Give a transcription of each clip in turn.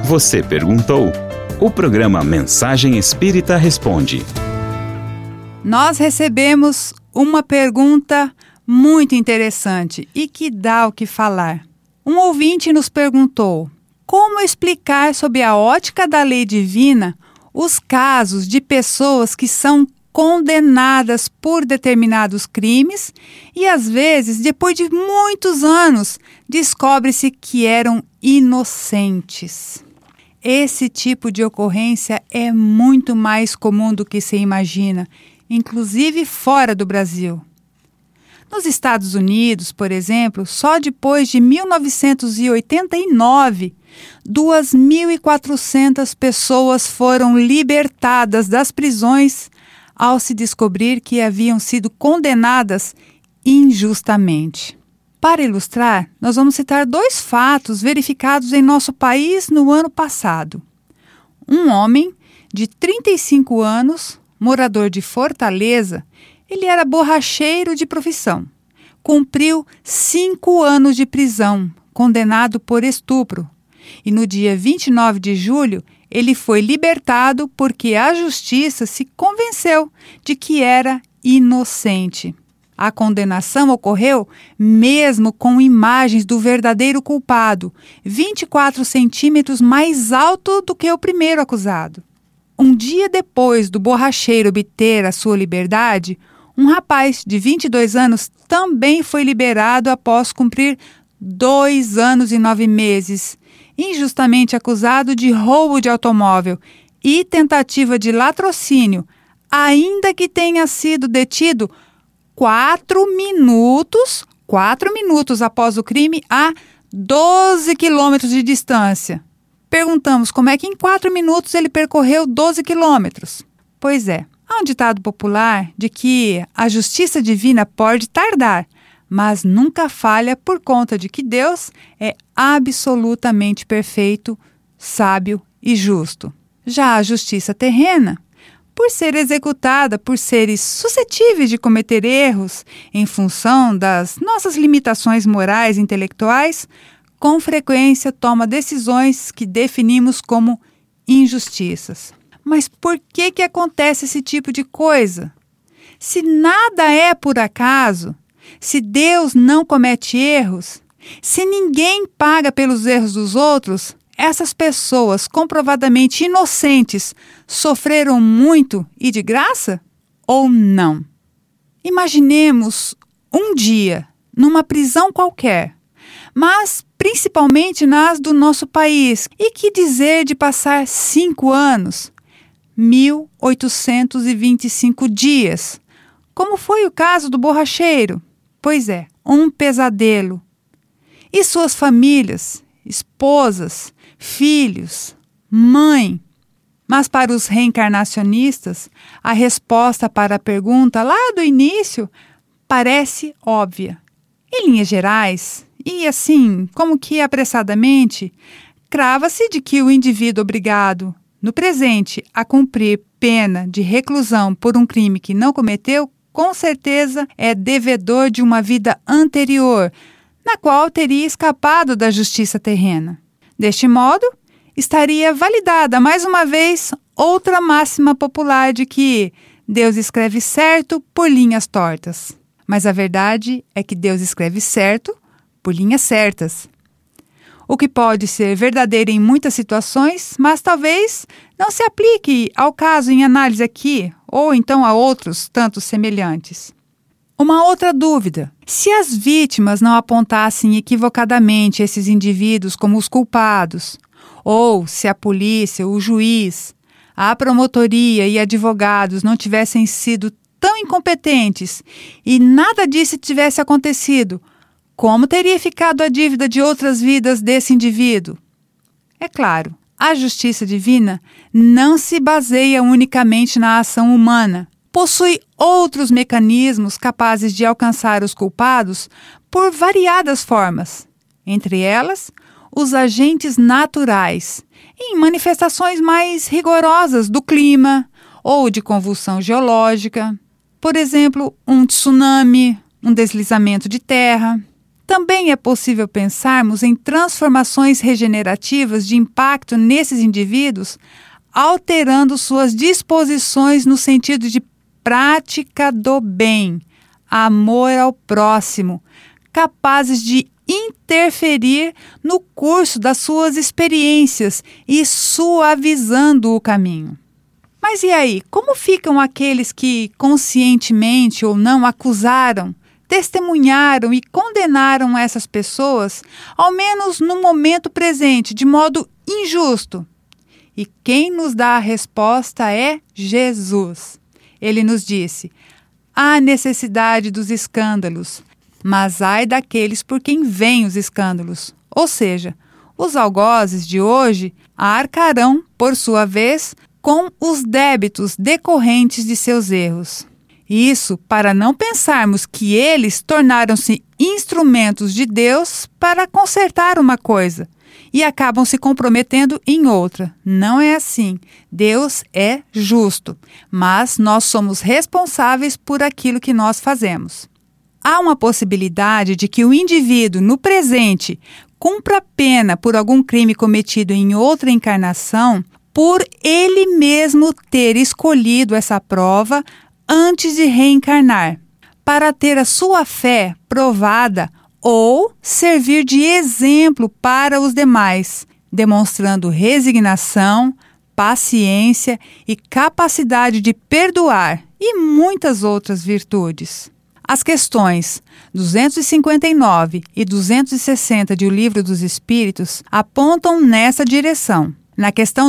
Você perguntou? O programa Mensagem Espírita Responde. Nós recebemos uma pergunta muito interessante e que dá o que falar. Um ouvinte nos perguntou: como explicar sob a ótica da lei divina os casos de pessoas que são condenadas por determinados crimes e às vezes, depois de muitos anos, descobre-se que eram inocentes? Esse tipo de ocorrência é muito mais comum do que se imagina, inclusive fora do Brasil. Nos Estados Unidos, por exemplo, só depois de 1989, 2.400 pessoas foram libertadas das prisões ao se descobrir que haviam sido condenadas injustamente. Para ilustrar, nós vamos citar 2 fatos verificados em nosso país no ano passado. Um homem de 35 anos, morador de Fortaleza, ele era borracheiro de profissão. Cumpriu 5 anos de prisão, condenado por estupro. E no dia 29 de julho, ele foi libertado porque a justiça se convenceu de que era inocente. A condenação ocorreu mesmo com imagens do verdadeiro culpado, 24 centímetros mais alto do que o primeiro acusado. Um dia depois do borracheiro obter a sua liberdade, um rapaz de 22 anos também foi liberado após cumprir 2 anos e 9 meses, injustamente acusado de roubo de automóvel e tentativa de latrocínio, ainda que tenha sido detido 4 minutos após o crime a 12 quilômetros de distância. Perguntamos como é que em 4 minutos ele percorreu 12 quilômetros. Pois é, há um ditado popular de que a justiça divina pode tardar, mas nunca falha por conta de que Deus é absolutamente perfeito, sábio e justo. Já a justiça terrena, por ser executada por seres suscetíveis de cometer erros em função das nossas limitações morais e intelectuais, com frequência toma decisões que definimos como injustiças. Mas por que acontece esse tipo de coisa? Se nada é por acaso, se Deus não comete erros, se ninguém paga pelos erros dos outros, essas pessoas comprovadamente inocentes sofreram muito e de graça? Ou não? Imaginemos um dia numa prisão qualquer, mas principalmente nas do nosso país. E que dizer de passar 5 anos, 1.825 dias, como foi o caso do borracheiro? Pois é, um pesadelo. E suas famílias, esposas, filhos, mãe. Mas para os reencarnacionistas, a resposta para a pergunta lá do início parece óbvia. Em linhas gerais, e assim, como que apressadamente, crava-se de que o indivíduo obrigado, no presente, a cumprir pena de reclusão por um crime que não cometeu, com certeza é devedor de uma vida anterior, na qual teria escapado da justiça terrena. Deste modo, estaria validada mais uma vez outra máxima popular de que Deus escreve certo por linhas tortas. Mas a verdade é que Deus escreve certo por linhas certas. O que pode ser verdadeiro em muitas situações, mas talvez não se aplique ao caso em análise aqui, ou então a outros tantos semelhantes. Uma outra dúvida: se as vítimas não apontassem equivocadamente esses indivíduos como os culpados, ou se a polícia, o juiz, a promotoria e advogados não tivessem sido tão incompetentes e nada disso tivesse acontecido, como teria ficado a dívida de outras vidas desse indivíduo? É claro, a justiça divina não se baseia unicamente na ação humana. Possui outros mecanismos capazes de alcançar os culpados por variadas formas, entre elas, os agentes naturais, em manifestações mais rigorosas do clima ou de convulsão geológica, por exemplo, um tsunami, um deslizamento de terra. Também é possível pensarmos em transformações regenerativas de impacto nesses indivíduos, alterando suas disposições no sentido de prática do bem, amor ao próximo, capazes de interferir no curso das suas experiências e suavizando o caminho. Mas e aí, como ficam aqueles que conscientemente ou não acusaram, testemunharam e condenaram essas pessoas, ao menos no momento presente, de modo injusto? E quem nos dá a resposta é Jesus. Ele nos disse: há necessidade dos escândalos, mas ai daqueles por quem vêm os escândalos. Ou seja, os algozes de hoje arcarão, por sua vez, com os débitos decorrentes de seus erros. Isso para não pensarmos que eles tornaram-se instrumentos de Deus para consertar uma coisa e acabam se comprometendo em outra. Não é assim. Deus é justo, mas nós somos responsáveis por aquilo que nós fazemos. Há uma possibilidade de que o indivíduo, no presente, cumpra pena por algum crime cometido em outra encarnação, por ele mesmo ter escolhido essa prova antes de reencarnar, para ter a sua fé provada ou servir de exemplo para os demais, demonstrando resignação, paciência e capacidade de perdoar e muitas outras virtudes. As questões 259 e 260 de O Livro dos Espíritos apontam nessa direção. Na questão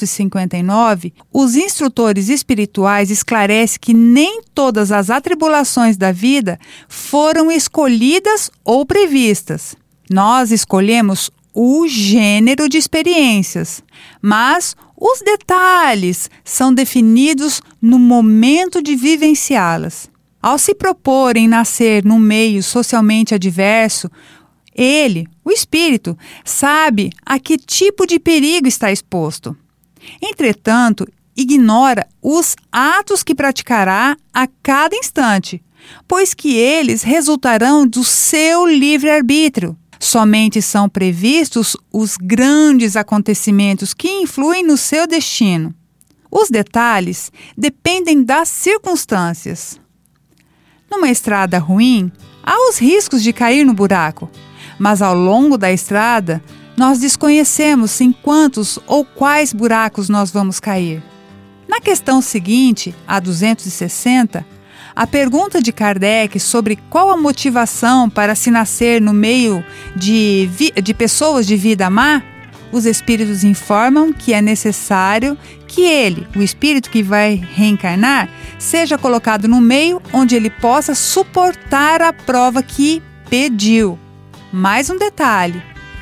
259, os instrutores espirituais esclarecem que nem todas as atribulações da vida foram escolhidas ou previstas. Nós escolhemos o gênero de experiências, mas os detalhes são definidos no momento de vivenciá-las. Ao se proporem nascer num meio socialmente adverso, ele, o espírito, sabe a que tipo de perigo está exposto. Entretanto, ignora os atos que praticará a cada instante, pois que eles resultarão do seu livre-arbítrio. Somente são previstos os grandes acontecimentos que influem no seu destino. Os detalhes dependem das circunstâncias. Numa estrada ruim, há os riscos de cair no buraco. Mas ao longo da estrada, nós desconhecemos em quantos ou quais buracos nós vamos cair. Na questão seguinte, a 260, a pergunta de Kardec sobre qual a motivação para se nascer no meio de pessoas de vida má, os espíritos informam que é necessário que ele, o espírito que vai reencarnar, seja colocado no meio onde ele possa suportar a prova que pediu. Mais um detalhe: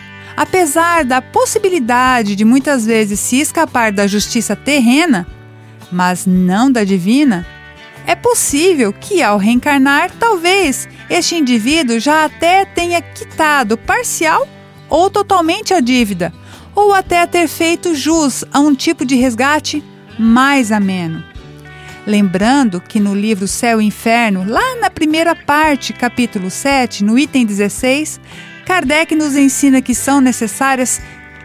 apesar da possibilidade de muitas vezes se escapar da justiça terrena, mas não da divina, é possível que ao reencarnar, talvez este indivíduo já até tenha quitado parcial ou totalmente a dívida, ou até ter feito jus a um tipo de resgate mais ameno. Lembrando que no livro Céu e Inferno, lá na primeira parte, capítulo 7, no item 16, Kardec nos ensina que são necessárias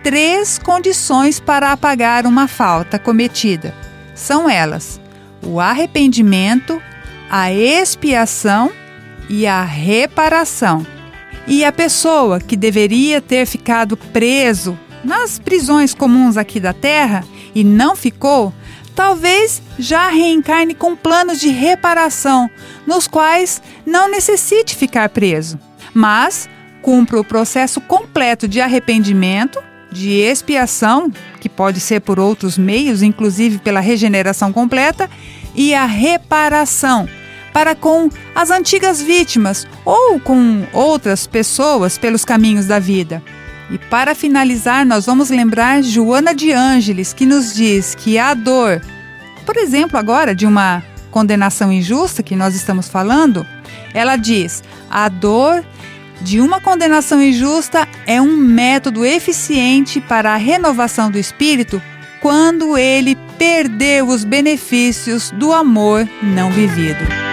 3 condições para apagar uma falta cometida. São elas: o arrependimento, a expiação e a reparação. E a pessoa que deveria ter ficado preso nas prisões comuns aqui da Terra e não ficou, talvez já reencarne com planos de reparação, nos quais não necessite ficar preso, mas cumpra o processo completo de arrependimento, de expiação, que pode ser por outros meios, inclusive pela regeneração completa, e a reparação, para com as antigas vítimas ou com outras pessoas pelos caminhos da vida. E para finalizar, nós vamos lembrar Joana de Ângeles, que nos diz que a dor, por exemplo, agora de uma condenação injusta que nós estamos falando, ela diz: a dor de uma condenação injusta é um método eficiente para a renovação do espírito quando ele perdeu os benefícios do amor não vivido.